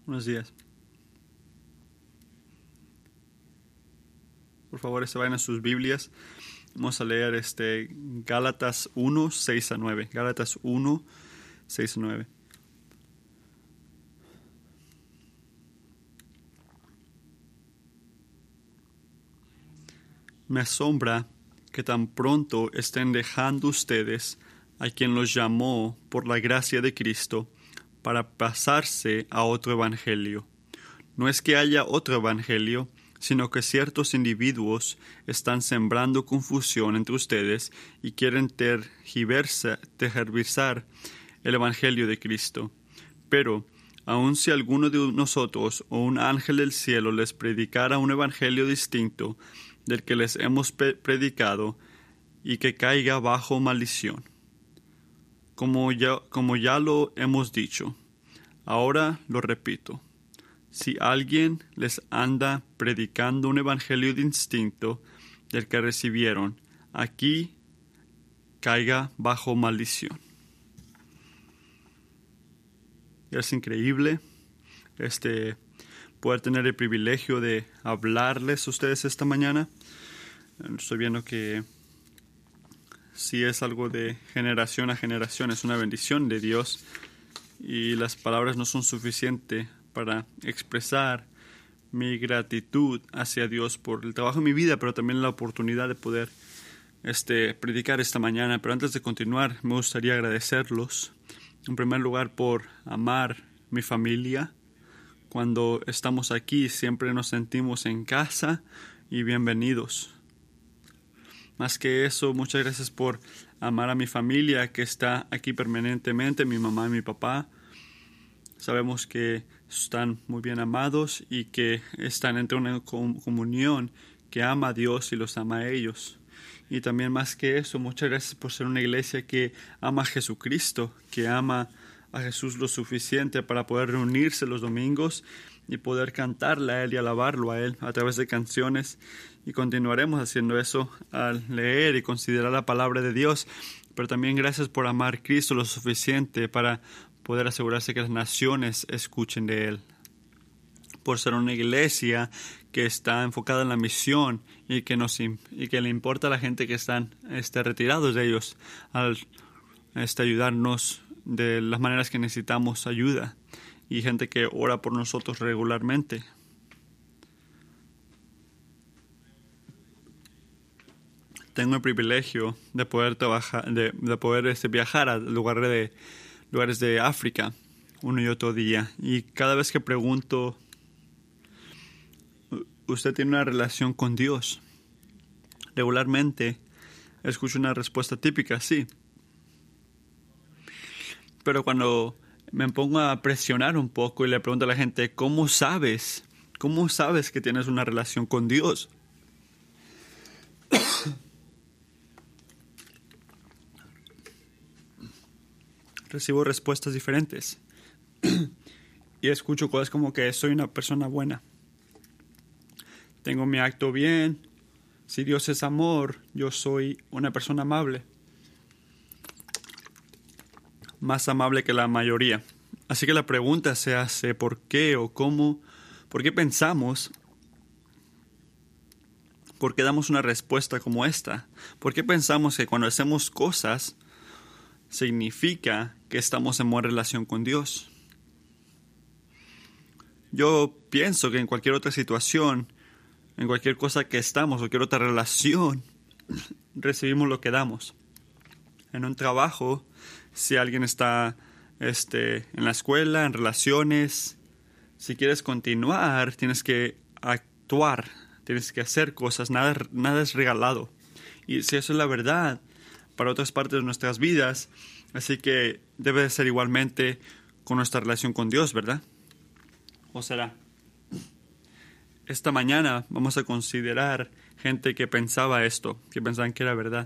Buenos días. Por favor, vayan a sus Biblias. Vamos a leer Gálatas 1, 6 a 9. Gálatas 1, 6 a 9. Me asombra que tan pronto estén dejando ustedes a quien los llamó por la gracia de Cristo para pasarse a otro evangelio. No es que haya otro evangelio, sino que ciertos individuos están sembrando confusión entre ustedes y quieren tergiversar el evangelio de Cristo. Pero, aun si alguno de nosotros o un ángel del cielo les predicara un evangelio distinto del que les hemos predicado, y que caiga bajo maldición. Como ya lo hemos dicho, ahora lo repito. Si alguien les anda predicando un evangelio distinto del que recibieron, aquí caiga bajo maldición. Es increíble poder tener el privilegio de hablarles a ustedes esta mañana. Estoy viendo que sí es algo de generación a generación, es una bendición de Dios y las palabras no son suficientes para expresar mi gratitud hacia Dios por el trabajo en mi vida, pero también la oportunidad de poder predicar esta mañana. Pero antes de continuar, me gustaría agradecerlos, en primer lugar, por amar mi familia. Cuando estamos aquí, siempre nos sentimos en casa y bienvenidos. Más que eso, muchas gracias por amar a mi familia que está aquí permanentemente, mi mamá y mi papá. Sabemos que están muy bien amados y que están entre una comunión que ama a Dios y los ama a ellos. Y también más que eso, muchas gracias por ser una iglesia que ama a Jesucristo, que ama a Jesús lo suficiente para poder reunirse los domingos y poder cantarle a Él y alabarlo a Él a través de canciones. Y continuaremos haciendo eso al leer y considerar la palabra de Dios. Pero también gracias por amar a Cristo lo suficiente para poder asegurarse que las naciones escuchen de Él. Por ser una iglesia que está enfocada en la misión y que le importa a la gente que están retirados de ellos al ayudarnos de las maneras que necesitamos ayuda, y gente que ora por nosotros regularmente. Tengo el privilegio de poder trabajar, de poder viajar a lugares de África uno y otro día. Y cada vez que pregunto, ¿usted tiene una relación con Dios? Regularmente escucho una respuesta típica, sí. Pero cuando me pongo a presionar un poco y le pregunto a la gente, ¿cómo sabes? ¿Cómo sabes que tienes una relación con Dios? Recibo respuestas diferentes. Y escucho cosas como que soy una persona buena. Tengo mi acto bien. Si Dios es amor, yo soy una persona amable. Más amable que la mayoría. Así que la pregunta se hace ¿por qué o cómo? ¿Por qué pensamos? ¿Por qué damos una respuesta como esta? ¿Por qué pensamos que cuando hacemos cosas significa que estamos en buena relación con Dios? Yo pienso que en cualquier otra situación, en cualquier cosa que estamos, cualquier otra relación, recibimos lo que damos. En un trabajo, si alguien está en la escuela, en relaciones, si quieres continuar, tienes que actuar, tienes que hacer cosas, nada es regalado. Y si eso es la verdad para otras partes de nuestras vidas, así que debe de ser igualmente con nuestra relación con Dios, ¿verdad? ¿O será? Esta mañana vamos a considerar gente que pensaba esto, que pensaban que era verdad.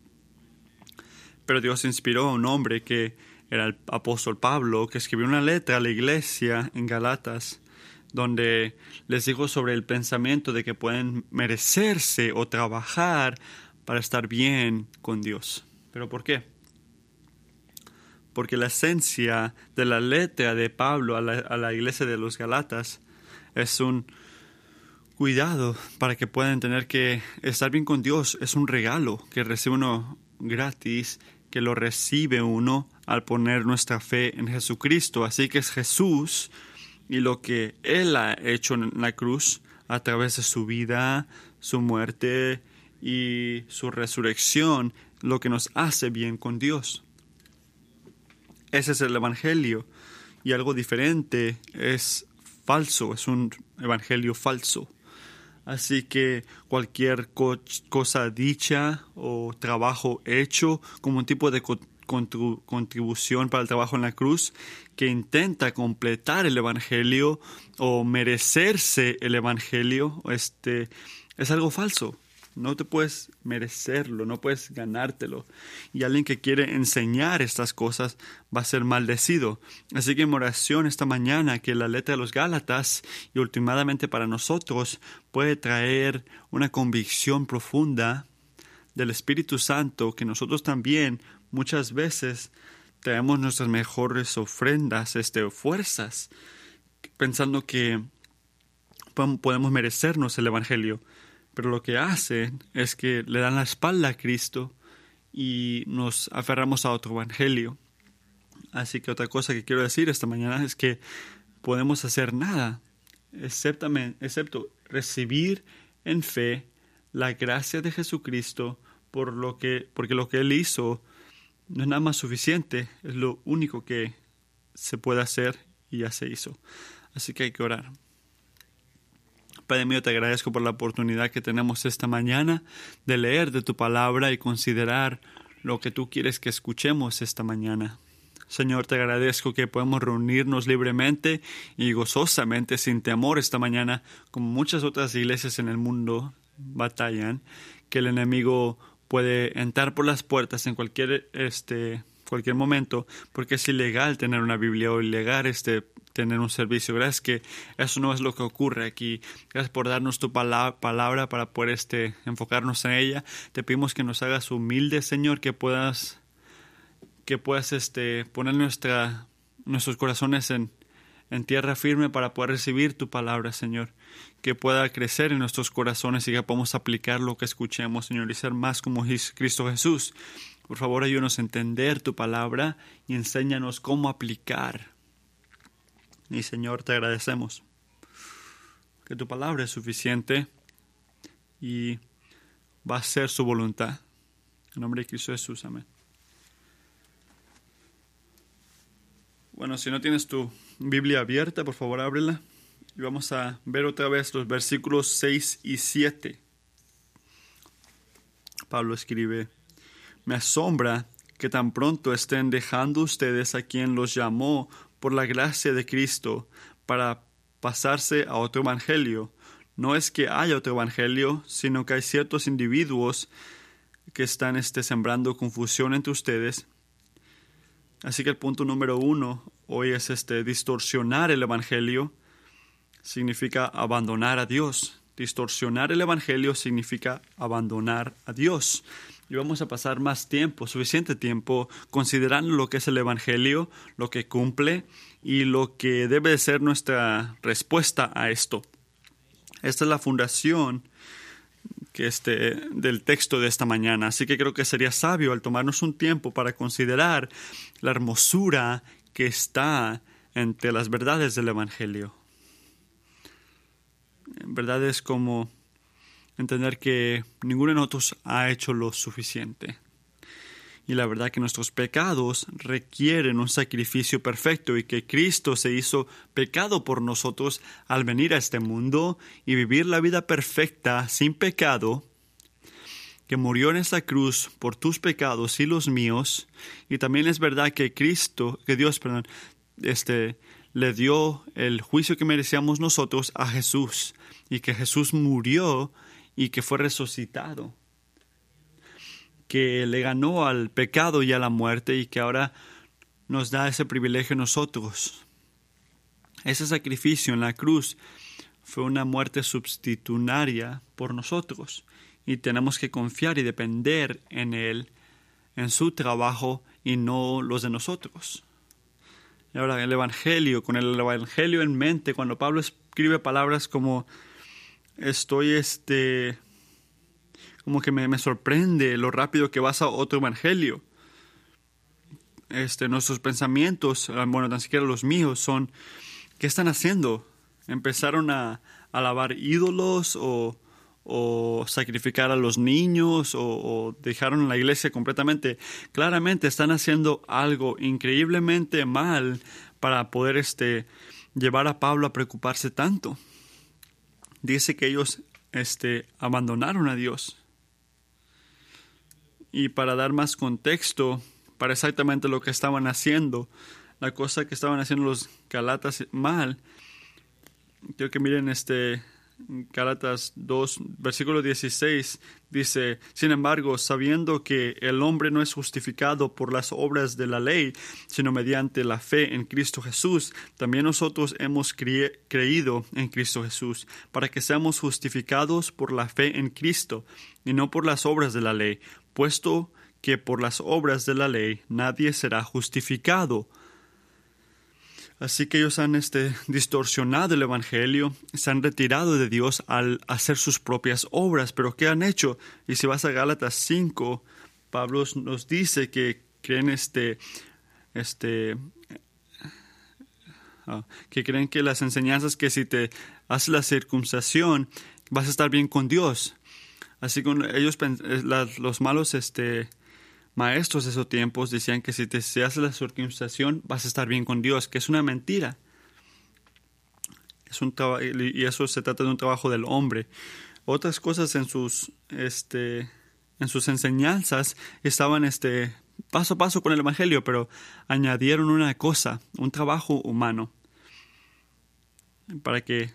Pero Dios inspiró a un hombre que era el apóstol Pablo, que escribió una letra a la iglesia en Galatas, donde les dijo sobre el pensamiento de que pueden merecerse o trabajar para estar bien con Dios. ¿Pero por qué? porque la esencia de la letra de Pablo a la iglesia de los Gálatas es un cuidado para que puedan entender que estar bien con Dios es un regalo que recibe uno gratis, que lo recibe uno al poner nuestra fe en Jesucristo. Así que es Jesús y lo que Él ha hecho en la cruz a través de su vida, su muerte y su resurrección, lo que nos hace bien con Dios. Ese es el Evangelio. Y algo diferente es falso, es un evangelio falso. Así que cualquier cosa dicha o trabajo hecho como un tipo de contribución para el trabajo en la cruz que intenta completar el evangelio o merecerse el evangelio, es algo falso. No te puedes merecerlo, no puedes ganártelo. Y alguien que quiere enseñar estas cosas va a ser maldecido. Así que en oración esta mañana, que la letra de los Gálatas y últimamente para nosotros puede traer una convicción profunda del Espíritu Santo, que nosotros también muchas veces traemos nuestras mejores ofrendas, fuerzas, pensando que podemos merecernos el evangelio. Pero lo que hacen es que le dan la espalda a Cristo y nos aferramos a otro evangelio. Así que otra cosa que quiero decir esta mañana es que podemos hacer nada excepto recibir en fe la gracia de Jesucristo porque lo que Él hizo no es nada más suficiente, es lo único que se puede hacer y ya se hizo. Así que hay que orar. Padre mío, te agradezco por la oportunidad que tenemos esta mañana de leer de tu palabra y considerar lo que tú quieres que escuchemos esta mañana. Señor, te agradezco que podemos reunirnos libremente y gozosamente, sin temor esta mañana, como muchas otras iglesias en el mundo batallan, que el enemigo puede entrar por las puertas en cualquier momento, porque es ilegal tener una Biblia o ilegal tener un servicio. Gracias que eso no es lo que ocurre aquí. Gracias por darnos tu palabra para poder enfocarnos en ella. Te pedimos que nos hagas humildes, Señor, que puedas poner nuestros corazones en tierra firme para poder recibir tu palabra, Señor. Que pueda crecer en nuestros corazones y que podamos aplicar lo que escuchemos, Señor, y ser más como Cristo Jesús. Por favor, ayúdanos a entender tu palabra y enséñanos cómo aplicar. Y Señor, te agradecemos que tu palabra es suficiente y va a ser su voluntad. En nombre de Cristo Jesús, amén. Bueno, si no tienes tu Biblia abierta, por favor ábrela y vamos a ver otra vez los versículos 6 y 7. Pablo escribe: me asombra que tan pronto estén dejando ustedes a quien los llamó por la gracia de Cristo para pasarse a otro evangelio. No es que haya otro evangelio, sino que hay ciertos individuos que están sembrando confusión entre ustedes. Así que el punto número 1 hoy es distorsionar el evangelio significa abandonar a Dios. Distorsionar el evangelio significa abandonar a Dios. Y vamos a pasar más tiempo, suficiente tiempo, considerando lo que es el evangelio, lo que cumple y lo que debe de ser nuestra respuesta a esto. Esta es la fundación del texto de esta mañana. Así que creo que sería sabio al tomarnos un tiempo para considerar la hermosura que está entre las verdades del evangelio. Verdades como entender que ninguno de nosotros ha hecho lo suficiente. Y la verdad que nuestros pecados requieren un sacrificio perfecto y que Cristo se hizo pecado por nosotros al venir a este mundo y vivir la vida perfecta sin pecado, que murió en esta cruz por tus pecados y los míos. Y también es verdad que Dios le dio el juicio que merecíamos nosotros a Jesús y que Jesús murió y que fue resucitado, que le ganó al pecado y a la muerte y que ahora nos da ese privilegio a nosotros. Ese sacrificio en la cruz fue una muerte sustitucionaria por nosotros y tenemos que confiar y depender en Él en su trabajo y no los de nosotros. Y ahora el Evangelio, con el Evangelio en mente, cuando Pablo escribe palabras como como que me sorprende lo rápido que vas a otro Evangelio. Nuestros pensamientos, bueno, tan siquiera los míos, son, ¿qué están haciendo? ¿Empezaron a alabar ídolos o sacrificar a los niños o dejaron la iglesia completamente? Claramente están haciendo algo increíblemente mal para poder llevar a Pablo a preocuparse tanto. Dice que ellos abandonaron a Dios. Y para dar más contexto para exactamente lo que estaban haciendo, la cosa que estaban haciendo los Gálatas mal, quiero que miren Gálatas 2, versículo 16, dice: sin embargo, sabiendo que el hombre no es justificado por las obras de la ley, sino mediante la fe en Cristo Jesús, también nosotros hemos creído en Cristo Jesús, para que seamos justificados por la fe en Cristo, y no por las obras de la ley, puesto que por las obras de la ley nadie será justificado. Así que ellos han distorsionado el Evangelio, se han retirado de Dios al hacer sus propias obras. Pero ¿qué han hecho? Y si vas a Gálatas 5, Pablo nos dice que creen que creen que las enseñanzas que si te haces la circuncisión vas a estar bien con Dios. Así que ellos, los malos maestros de esos tiempos, decían que si se hace la circuncisión vas a estar bien con Dios, que es una mentira. Y eso se trata de un trabajo del hombre. Otras cosas en sus enseñanzas estaban paso a paso con el Evangelio, pero añadieron una cosa, un trabajo humano, para que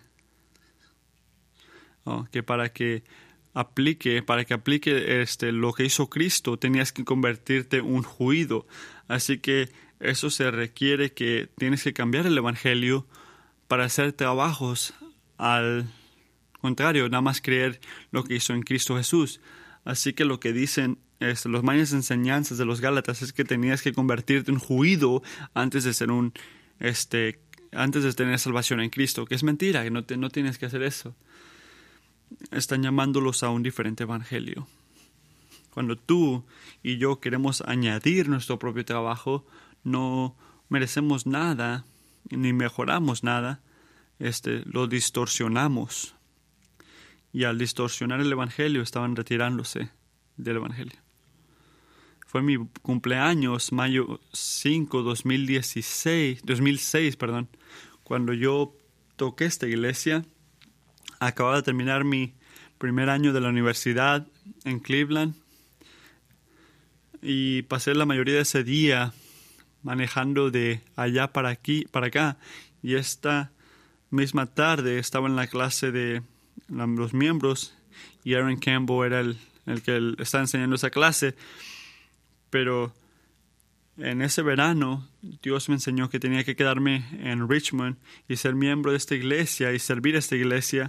aplique lo que hizo Cristo, tenías que convertirte en un judío. Así que eso se requiere que tienes que cambiar el Evangelio para hacer trabajos al contrario, nada más creer lo que hizo en Cristo Jesús. Así que lo que dicen los mayores enseñanzas de los Gálatas es que tenías que convertirte en judío antes de ser antes de tener salvación en Cristo, que es mentira, que no tienes que hacer eso. Están llamándolos a un diferente evangelio. Cuando tú y yo queremos añadir nuestro propio trabajo, no merecemos nada, ni mejoramos nada, lo distorsionamos. Y al distorsionar el evangelio, estaban retirándose del evangelio. Fue mi cumpleaños, mayo 5, 2006, cuando yo toqué esta iglesia. Acababa de terminar mi primer año de la universidad en Cleveland y pasé la mayoría de ese día manejando de allá para acá. Y esta misma tarde estaba en la clase de los miembros y Aaron Campbell era el que estaba enseñando esa clase. Pero en ese verano Dios me enseñó que tenía que quedarme en Richmond y ser miembro de esta iglesia y servir a esta iglesia.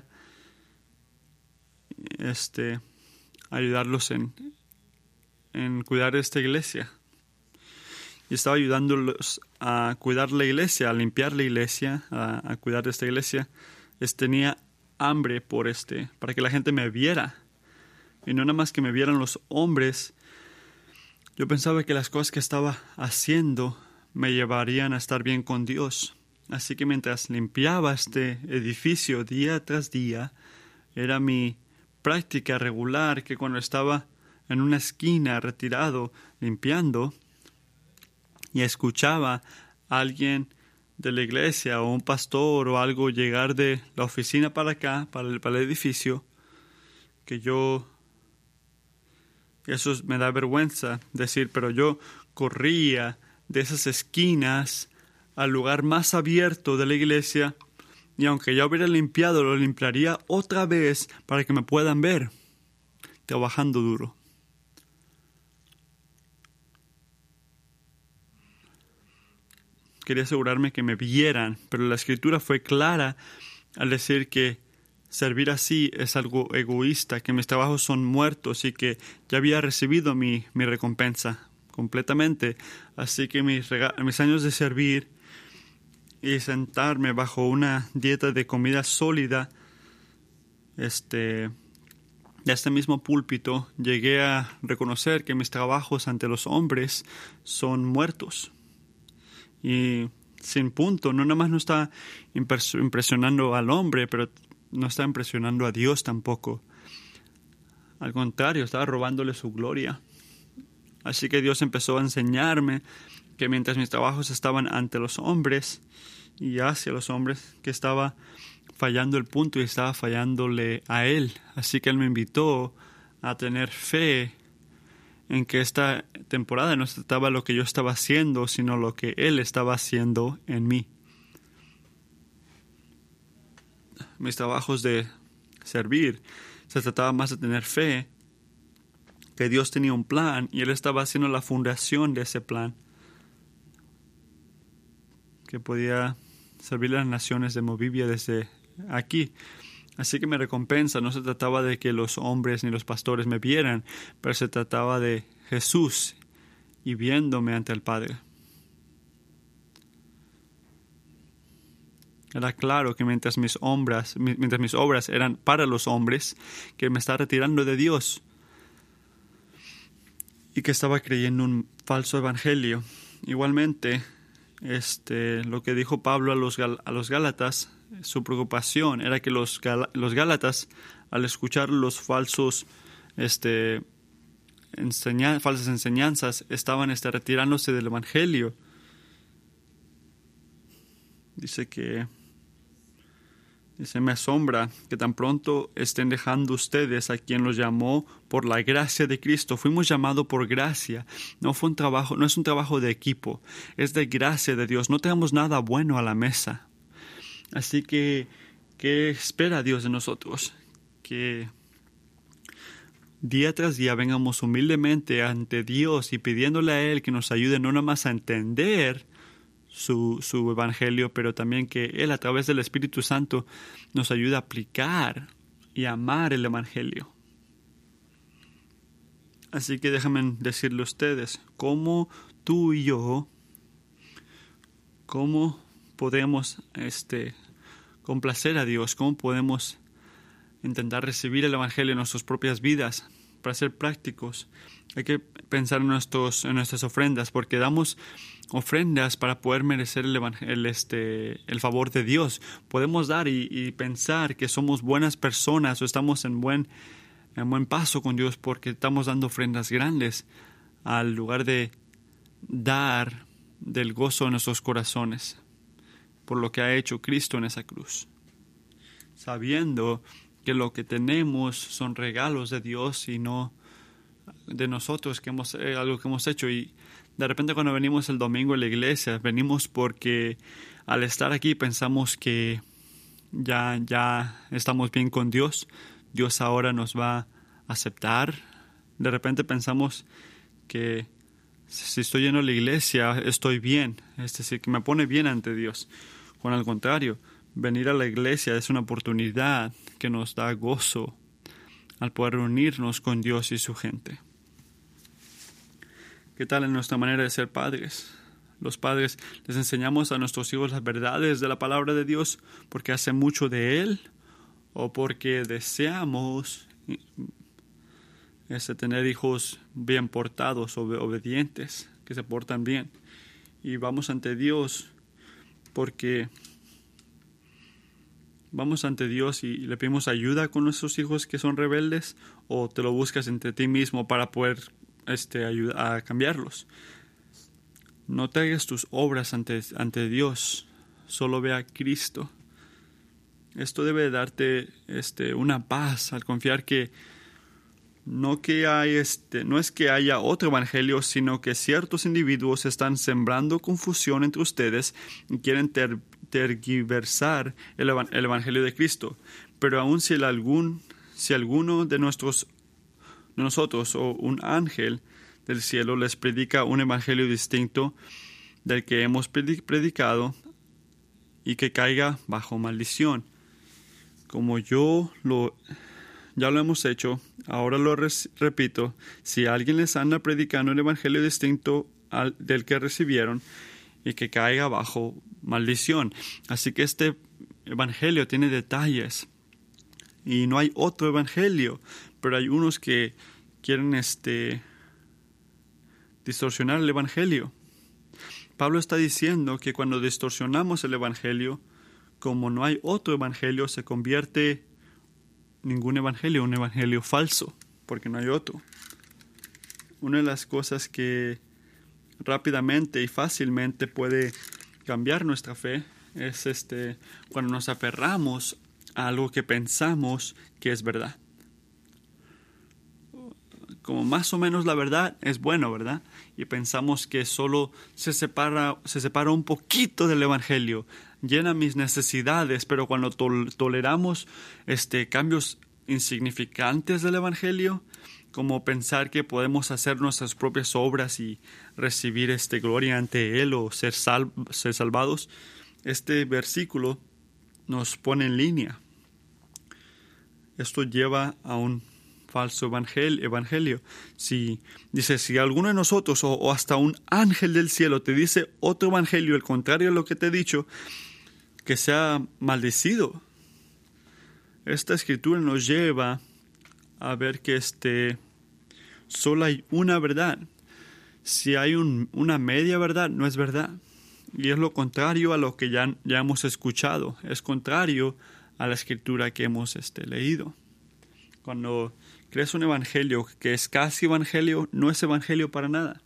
Ayudarlos en cuidar de esta iglesia. Y estaba ayudándolos a cuidar la iglesia, a limpiar la iglesia, a cuidar de esta iglesia. Tenía hambre para que la gente me viera. Y no nada más que me vieran los hombres. Yo pensaba que las cosas que estaba haciendo me llevarían a estar bien con Dios. Así que mientras limpiaba este edificio día tras día, era mi práctica regular que cuando estaba en una esquina retirado limpiando y escuchaba a alguien de la iglesia o un pastor o algo llegar de la oficina para acá, para el edificio, eso me da vergüenza decir, pero yo corría de esas esquinas al lugar más abierto de la iglesia. Y aunque ya hubiera limpiado, lo limpiaría otra vez para que me puedan ver, trabajando duro. Quería asegurarme que me vieran, pero la Escritura fue clara al decir que servir así es algo egoísta, que mis trabajos son muertos y que ya había recibido mi recompensa completamente. Así que mis años de servir y sentarme bajo una dieta de comida sólida, de este mismo púlpito, llegué a reconocer que mis trabajos ante los hombres son muertos. Y sin punto, nada más no está impresionando al hombre, pero no está impresionando a Dios tampoco. Al contrario, estaba robándole su gloria. Así que Dios empezó a enseñarme que mientras mis trabajos estaban ante los hombres y hacia los hombres, que estaba fallando el punto y estaba fallándole a Él. Así que Él me invitó a tener fe en que esta temporada no se trataba lo que yo estaba haciendo, sino lo que Él estaba haciendo en mí. Mis trabajos de servir se trataba más de tener fe, que Dios tenía un plan y Él estaba haciendo la fundación de ese plan, que podía servir a las naciones de Movivia desde aquí. Así que mi recompensa no se trataba de que los hombres ni los pastores me vieran, pero se trataba de Jesús y viéndome ante el Padre. Era claro que mientras mis obras eran para los hombres, que me estaba retirando de Dios y que estaba creyendo un falso evangelio. Igualmente, lo que dijo Pablo a los Gálatas, su preocupación era que los Gálatas, al escuchar los falsas enseñanzas, estaban retirándose del evangelio. Dice, me asombra que tan pronto estén dejando ustedes a quien los llamó por la gracia de Cristo. Fuimos llamados por gracia. No es un trabajo de equipo. Es de gracia de Dios. No tenemos nada bueno a la mesa. Así que, ¿qué espera Dios de nosotros? Que día tras día vengamos humildemente ante Dios y pidiéndole a Él que nos ayude no nada más a entender su evangelio, pero también que Él a través del Espíritu Santo nos ayude a aplicar y amar el evangelio. Así que déjenme decirle a ustedes, cómo tú y yo, cómo podemos complacer a Dios, cómo podemos intentar recibir el evangelio en nuestras propias vidas. Para ser prácticos, hay que pensar en nuestras ofrendas, porque damos ofrendas para poder merecer el favor de Dios. Podemos dar y pensar que somos buenas personas o estamos en buen paso con Dios porque estamos dando ofrendas grandes, al lugar de dar del gozo de nuestros corazones por lo que ha hecho Cristo en esa cruz, sabiendo que lo que tenemos son regalos de Dios y no de nosotros, algo que hemos hecho. Y de repente cuando venimos el domingo a la iglesia, venimos porque al estar aquí pensamos que ya estamos bien con Dios. Dios ahora nos va a aceptar. De repente pensamos que si estoy yendo a la iglesia, estoy bien. Es decir, que me pone bien ante Dios. Cuando al contrario, venir a la iglesia es una oportunidad que nos da gozo al poder reunirnos con Dios y su gente. ¿Qué tal en nuestra manera de ser padres? Los padres les enseñamos a nuestros hijos las verdades de la palabra de Dios porque hace mucho de Él o porque deseamos tener hijos bien portados, obedientes, que se portan bien. Y vamos ante Dios porque vamos ante Dios y le pedimos ayuda con nuestros hijos que son rebeldes, o te lo buscas entre ti mismo para poder ayudar a cambiarlos. No traigas tus obras ante Dios, solo ve a Cristo. Esto debe darte una paz al confiar que no es que haya otro evangelio, sino que ciertos individuos están sembrando confusión entre ustedes y quieren tergiversar el evangelio de Cristo. Pero aun si alguno de nosotros o un ángel del cielo les predica un evangelio distinto del que hemos predicado y que caiga bajo maldición, como yo ya lo hemos hecho, ahora lo repito, si alguien les anda predicando un evangelio distinto del que recibieron y que caiga bajo maldición. Así que este evangelio tiene detalles y no hay otro evangelio, pero hay unos que quieren distorsionar el evangelio. Pablo está diciendo que cuando distorsionamos el evangelio, como no hay otro evangelio, se convierte ningún evangelio en un evangelio falso, porque no hay otro. Una de las cosas que rápidamente y fácilmente puede cambiar nuestra fe es cuando nos aferramos a algo que pensamos que es verdad. Como más o menos la verdad es bueno, ¿verdad? Y pensamos que solo se separa un poquito del evangelio, llena mis necesidades, pero cuando toleramos cambios insignificantes del evangelio, como pensar que podemos hacer nuestras propias obras y recibir gloria ante Él o ser salvados, este versículo nos pone en línea. Esto lleva a un falso evangelio. Si alguno de nosotros o hasta un ángel del cielo te dice otro evangelio, el contrario de lo que te he dicho, que sea maldecido. Esta escritura nos lleva a ver que solo hay una verdad. Si hay una media verdad, no es verdad. Y es lo contrario a lo que ya hemos escuchado. Es contrario a la escritura que hemos leído. Cuando crees un evangelio que es casi evangelio, no es evangelio para nada.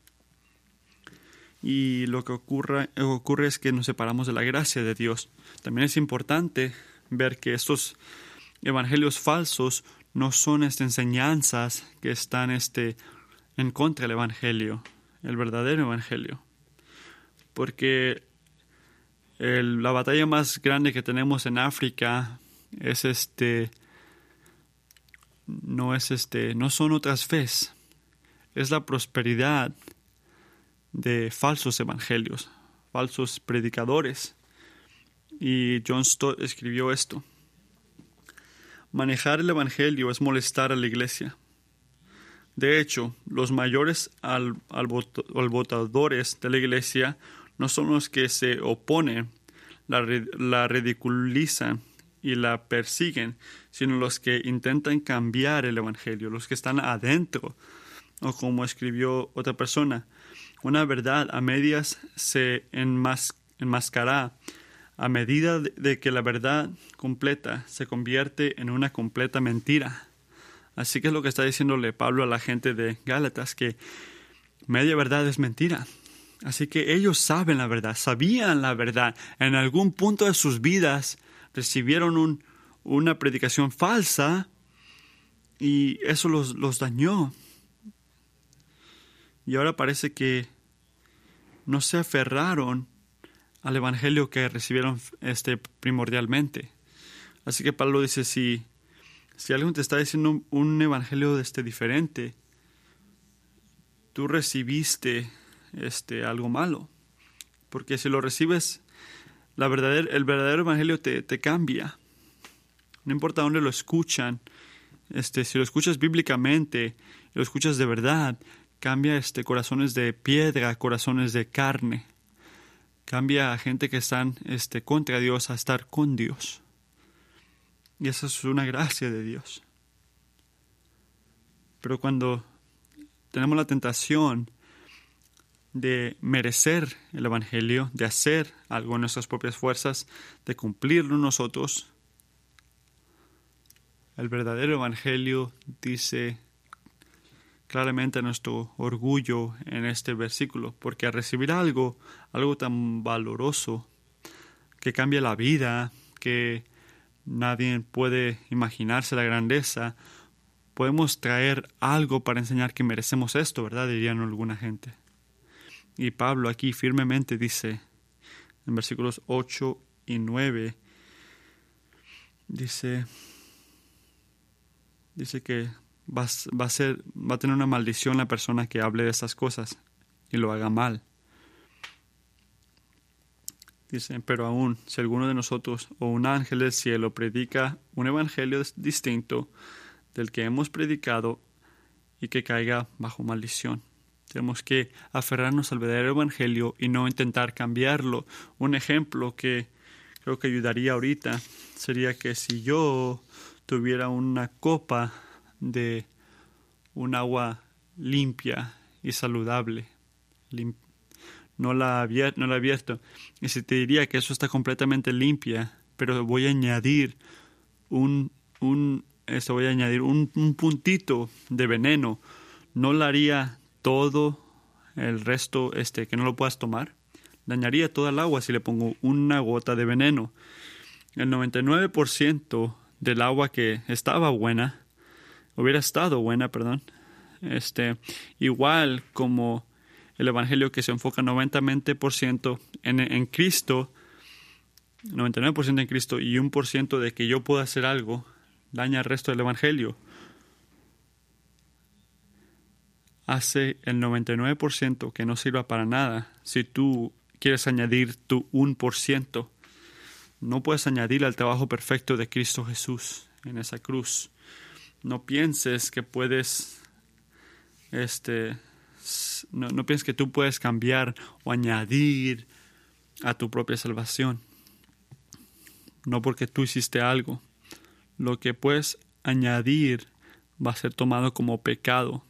Y lo que ocurre es que nos separamos de la gracia de Dios. También es importante ver que estos evangelios falsos no son enseñanzas que están en contra del evangelio, el verdadero evangelio. Porque la batalla más grande que tenemos en África es no son otras fes, es la prosperidad de falsos evangelios, falsos predicadores. Y John Stott escribió esto: manejar el evangelio es molestar a la iglesia. De hecho, los mayores albotadores de la iglesia no son los que se oponen, la ridiculizan y la persiguen, sino los que intentan cambiar el evangelio, los que están adentro. O como escribió otra persona, una verdad a medias se enmascara a medida de que la verdad completa se convierte en una completa mentira. Así que es lo que está diciéndole Pablo a la gente de Gálatas, que media verdad es mentira. Así que ellos saben la verdad, sabían la verdad. En algún punto de sus vidas recibieron una predicación falsa y eso los dañó. Y ahora parece que no se aferraron al evangelio que recibieron primordialmente. Así que Pablo dice, si alguien te está diciendo un evangelio diferente, tú recibiste algo malo. Porque si lo recibes, el verdadero evangelio te cambia. No importa dónde lo escuchan. Si lo escuchas bíblicamente, lo escuchas de verdad, cambia corazones de piedra, corazones de carne. Cambia a gente que están contra Dios a estar con Dios. Y esa es una gracia de Dios. Pero cuando tenemos la tentación de merecer el evangelio, de hacer algo en nuestras propias fuerzas, de cumplirlo nosotros, el verdadero evangelio dice claramente nuestro orgullo en este versículo, porque al recibir algo tan valoroso, que cambia la vida, que nadie puede imaginarse la grandeza, podemos traer algo para enseñar que merecemos esto, ¿verdad? Dirían alguna gente. Y Pablo aquí firmemente dice, en versículos 8 y 9, dice que va a tener una maldición la persona que hable de estas cosas y lo haga mal. Dice, pero aún, si alguno de nosotros o un ángel del cielo predica un evangelio distinto del que hemos predicado y que caiga bajo maldición. Tenemos que aferrarnos al verdadero evangelio y no intentar cambiarlo. Un ejemplo que creo que ayudaría ahorita sería que si yo tuviera una copa de un agua limpia y saludable, no la abierto, y si te diría que eso está completamente limpia, pero voy a añadir un puntito de veneno, ¿no la haría todo el resto que no lo puedas tomar? Dañaría toda el agua si le pongo una gota de veneno. El 99% del agua que hubiera estado buena, igual como el evangelio que se enfoca 90% en Cristo, 99% en Cristo y 1% de que yo pueda hacer algo, daña el resto del evangelio. Hace el 99% que no sirva para nada. Si tú quieres añadir tu 1%, no puedes añadir al trabajo perfecto de Cristo Jesús en esa cruz. No pienses que puedes, no pienses que tú puedes cambiar o añadir a tu propia salvación. No porque tú hiciste algo. Lo que puedes añadir va a ser tomado como pecado.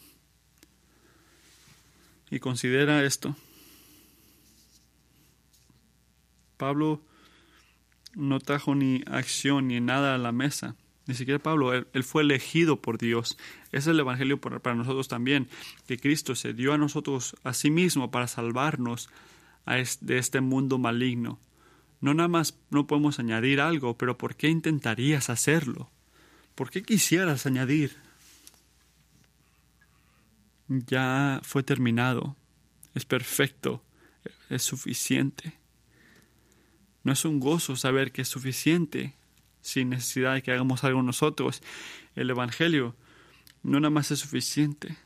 Y considera esto. Pablo no trajo ni acción ni nada a la mesa. Ni siquiera Pablo, él fue elegido por Dios. Ese es el evangelio para nosotros también, que Cristo se dio a nosotros a sí mismo para salvarnos de este mundo maligno. No nada más no podemos añadir algo, pero ¿por qué intentarías hacerlo? ¿Por qué quisieras añadir? Ya fue terminado, es perfecto, es suficiente. No es un gozo saber que es suficiente, sin necesidad de que hagamos algo nosotros. El evangelio no nada más es suficiente,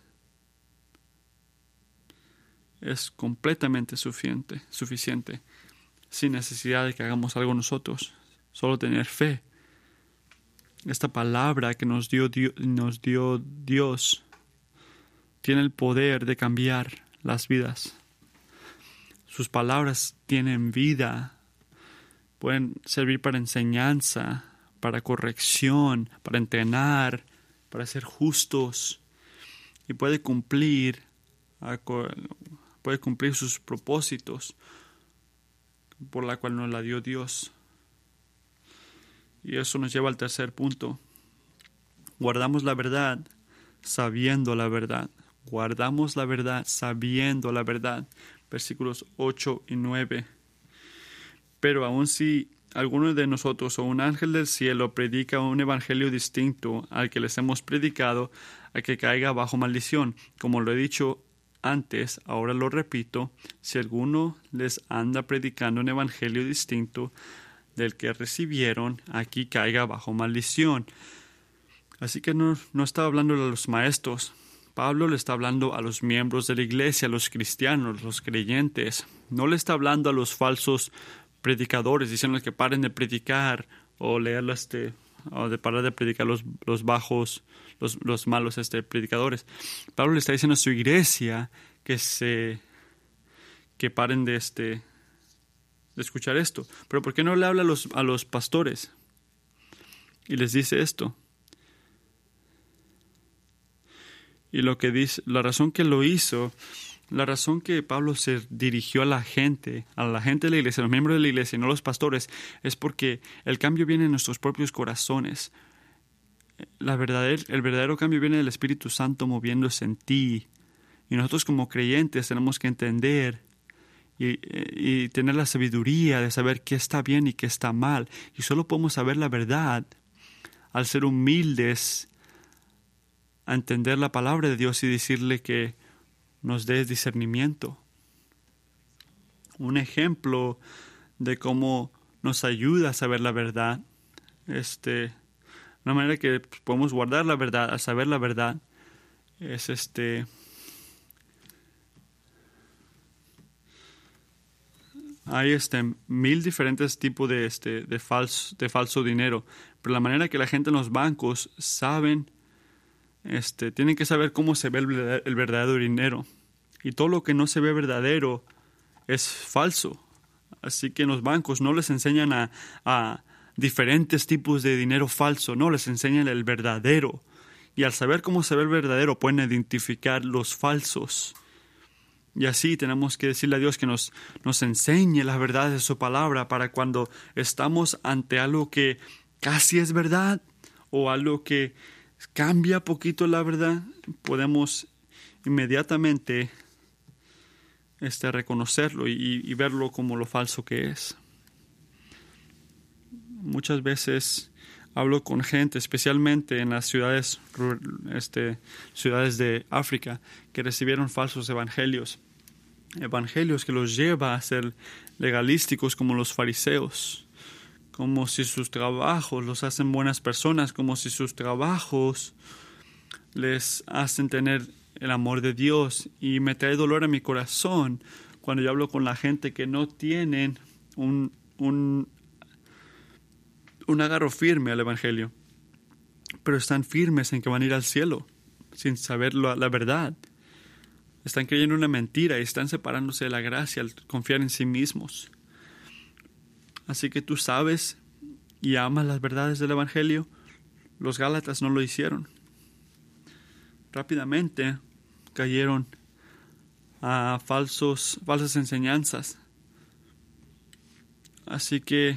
es completamente suficiente, sin necesidad de que hagamos algo nosotros, solo tener fe. Esta palabra que nos dio Dios tiene el poder de cambiar las vidas. Sus palabras tienen vida, pueden servir para enseñanza, para corrección, para entrenar, para ser justos, y puede cumplir sus propósitos por la cual nos la dio Dios. Y eso nos lleva al tercer punto. Guardamos la verdad sabiendo la verdad. Guardamos la verdad sabiendo la verdad. Versículos 8 y 9. Pero aun si alguno de nosotros o un ángel del cielo predica un evangelio distinto al que les hemos predicado, a que caiga bajo maldición. Como lo he dicho antes, ahora lo repito, si alguno les anda predicando un evangelio distinto del que recibieron, aquí caiga bajo maldición. Así que no está hablando a los maestros. Pablo le está hablando a los miembros de la iglesia, a los cristianos, los creyentes. No le está hablando a los falsos predicadores, diciéndoles que paren de predicar o leer o de parar de predicar los malos predicadores. Pablo le está diciendo a su iglesia que paren de escuchar esto. Pero ¿por qué no le habla a los pastores y les dice esto? Y lo que dice, la razón que lo hizo, la razón que Pablo se dirigió a la gente de la iglesia, a los miembros de la iglesia, y no a los pastores, es porque el cambio viene en nuestros propios corazones. El verdadero cambio viene del Espíritu Santo moviéndose en ti. Y nosotros como creyentes tenemos que entender y tener la sabiduría de saber qué está bien y qué está mal. Y solo podemos saber la verdad al ser humildes, a entender la palabra de Dios y decirle que nos dé discernimiento. Un ejemplo de cómo nos ayuda a saber la verdad, una manera que podemos guardar la verdad, a saber la verdad, es hay 1000 diferentes tipos de falso dinero, pero la manera que la gente en los bancos saben tienen que saber cómo se ve el verdadero dinero. Y todo lo que no se ve verdadero es falso. Así que en los bancos no les enseñan a diferentes tipos de dinero falso, no, les enseñan el verdadero. Y al saber cómo se ve el verdadero, pueden identificar los falsos. Y así tenemos que decirle a Dios que nos enseñe la verdad de su palabra para cuando estamos ante algo que casi es verdad o algo que cambia poquito la verdad, podemos inmediatamente reconocerlo y verlo como lo falso que es. Muchas veces hablo con gente, especialmente en las ciudades de África, que recibieron falsos evangelios que los lleva a ser legalísticos como los fariseos, como si sus trabajos los hacen buenas personas, como si sus trabajos les hacen tener el amor de Dios. Y me trae dolor a mi corazón cuando yo hablo con la gente que no tienen un agarro firme al evangelio, pero están firmes en que van a ir al cielo sin saber la verdad. Están creyendo una mentira y están separándose de la gracia al confiar en sí mismos. Así que tú sabes y amas las verdades del evangelio. Los Gálatas no lo hicieron. Rápidamente cayeron a falsas enseñanzas. Así que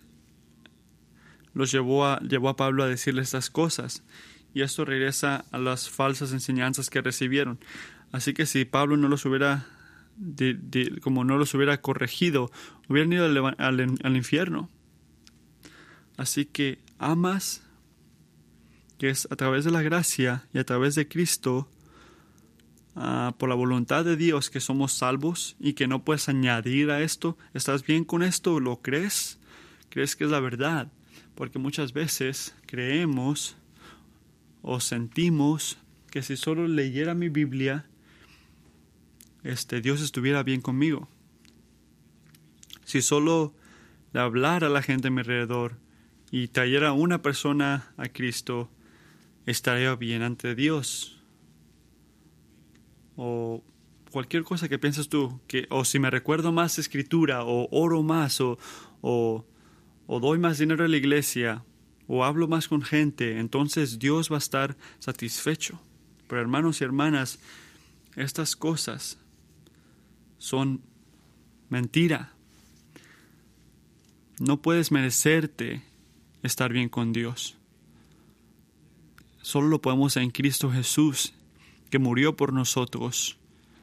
los llevó a Pablo a decirle estas cosas. Y esto regresa a las falsas enseñanzas que recibieron. Así que si Pablo no los hubiera como no los hubiera corregido, hubieran ido al infierno. Así que amas, que es a través de la gracia y a través de Cristo, por la voluntad de Dios, que somos salvos y que no puedes añadir a esto. ¿Estás bien con esto? ¿Lo crees? ¿Crees que es la verdad? Porque muchas veces creemos o sentimos que si solo leyera mi Biblia, Dios estuviera bien conmigo. Si solo le hablara a la gente a mi alrededor y trayera a una persona a Cristo, estaría bien ante Dios. O cualquier cosa que piensas tú, o si me recuerdo más escritura, o oro más, o doy más dinero a la iglesia, o hablo más con gente, entonces Dios va a estar satisfecho. Pero hermanos y hermanas, estas cosas son mentira. No puedes merecerte estar bien con Dios. Solo lo podemos en Cristo Jesús, que murió por nosotros.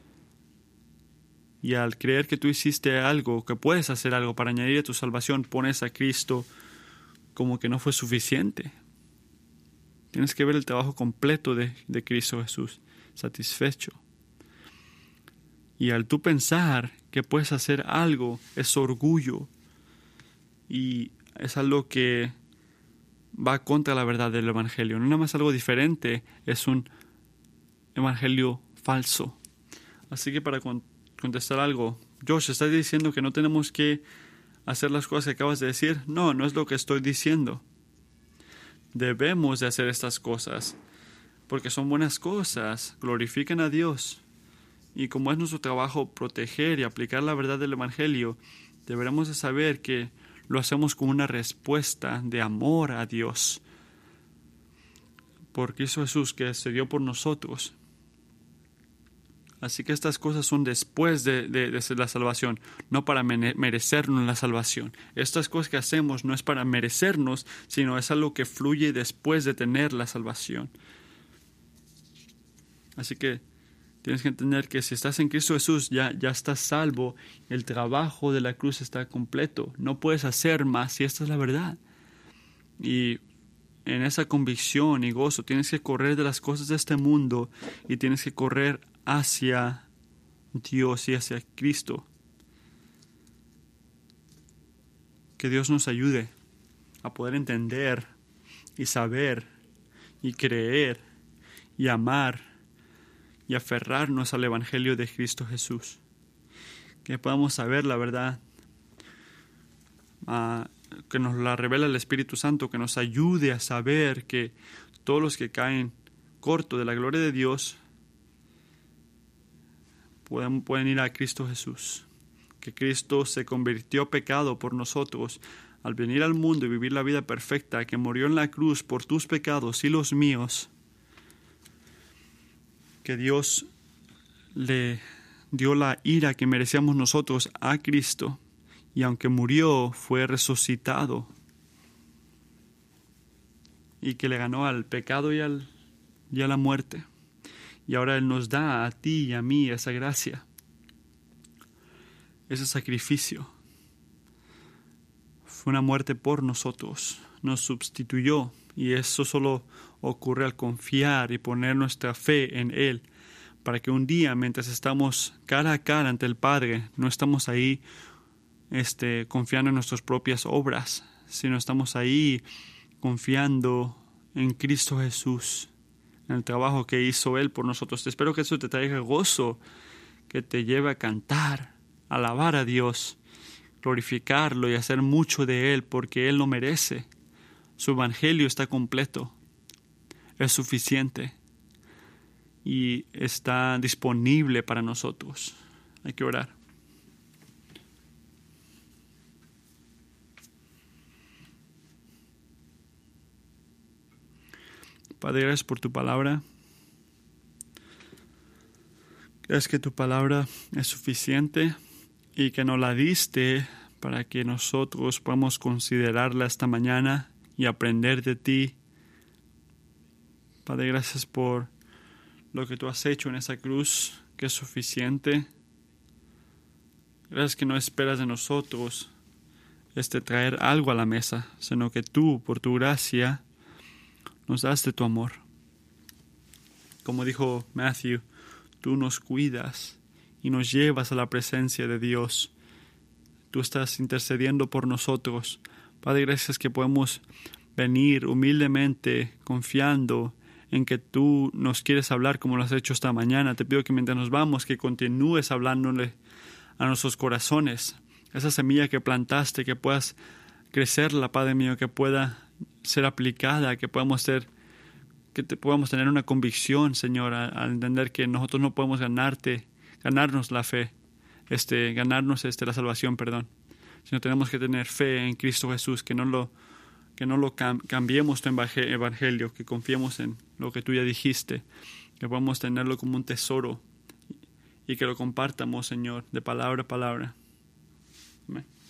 Y al creer que tú hiciste algo, que puedes hacer algo para añadir a tu salvación, pones a Cristo como que no fue suficiente. Tienes que ver el trabajo completo de Cristo Jesús, satisfecho. Y al tú pensar que puedes hacer algo, es orgullo. Y es algo que va contra la verdad del evangelio. No nada más algo diferente, es un evangelio falso. Así que para contestar algo, Josh, ¿estás diciendo que no tenemos que hacer las cosas que acabas de decir? No, no es lo que estoy diciendo. Debemos de hacer estas cosas porque son buenas cosas, glorifican a Dios. Y como es nuestro trabajo proteger y aplicar la verdad del evangelio, deberemos de saber que lo hacemos como una respuesta de amor a Dios por Cristo Jesús, que se dio por nosotros. Así que estas cosas son después de la salvación, no para merecernos la salvación. Estas cosas que hacemos no es para merecernos, sino es algo que fluye después de tener la salvación. Así que tienes que entender que si estás en Cristo Jesús, ya estás salvo. El trabajo de la cruz está completo. No puedes hacer más, y esta es la verdad. Y en esa convicción y gozo tienes que correr de las cosas de este mundo y tienes que correr hacia Dios y hacia Cristo. Que Dios nos ayude a poder entender y saber y creer y amar y aferrarnos al evangelio de Cristo Jesús. Que podamos saber la verdad, que nos la revela el Espíritu Santo, que nos ayude a saber que todos los que caen corto de la gloria de Dios, pueden ir a Cristo Jesús. Que Cristo se convirtió pecado por nosotros al venir al mundo y vivir la vida perfecta, que murió en la cruz por tus pecados y los míos. Que Dios le dio la ira que merecíamos nosotros a Cristo, y aunque murió, fue resucitado, y que le ganó al pecado y a la muerte. Y ahora Él nos da a ti y a mí esa gracia, ese sacrificio. Fue una muerte por nosotros, nos sustituyó, y eso solo ocurre al confiar y poner nuestra fe en Él, para que un día, mientras estamos cara a cara ante el Padre, no estamos ahí confiando en nuestras propias obras, sino estamos ahí confiando en Cristo Jesús, en el trabajo que hizo Él por nosotros. Espero que eso te traiga gozo, que te lleve a cantar, a alabar a Dios, glorificarlo y hacer mucho de Él, porque Él lo merece. Su evangelio está completo, es suficiente y está disponible para nosotros. Hay que orar. Padre, gracias por tu palabra. Gracias que tu palabra es suficiente y que nos la diste para que nosotros podamos considerarla esta mañana y aprender de ti. Padre, gracias por lo que tú has hecho en esa cruz, que es suficiente. Gracias que no esperas de nosotros traer algo a la mesa, sino que tú, por tu gracia, nos das de tu amor. Como dijo Matthew, tú nos cuidas y nos llevas a la presencia de Dios. Tú estás intercediendo por nosotros. Padre, gracias que podemos venir humildemente, confiando en que tú nos quieres hablar como lo has hecho esta mañana. Te pido que mientras nos vamos, que continúes hablándole a nuestros corazones. Esa semilla que plantaste, que puedas crecerla, Padre mío, que pueda ser aplicada, que podamos tener una convicción, Señor, al entender que nosotros no podemos ganarnos la fe, ganarnos la salvación, sino tenemos que tener fe en Cristo Jesús, que no lo cambiemos tu evangelio, que confiemos en lo que tú ya dijiste, que podamos tenerlo como un tesoro y que lo compartamos, Señor, de palabra a palabra. Amén.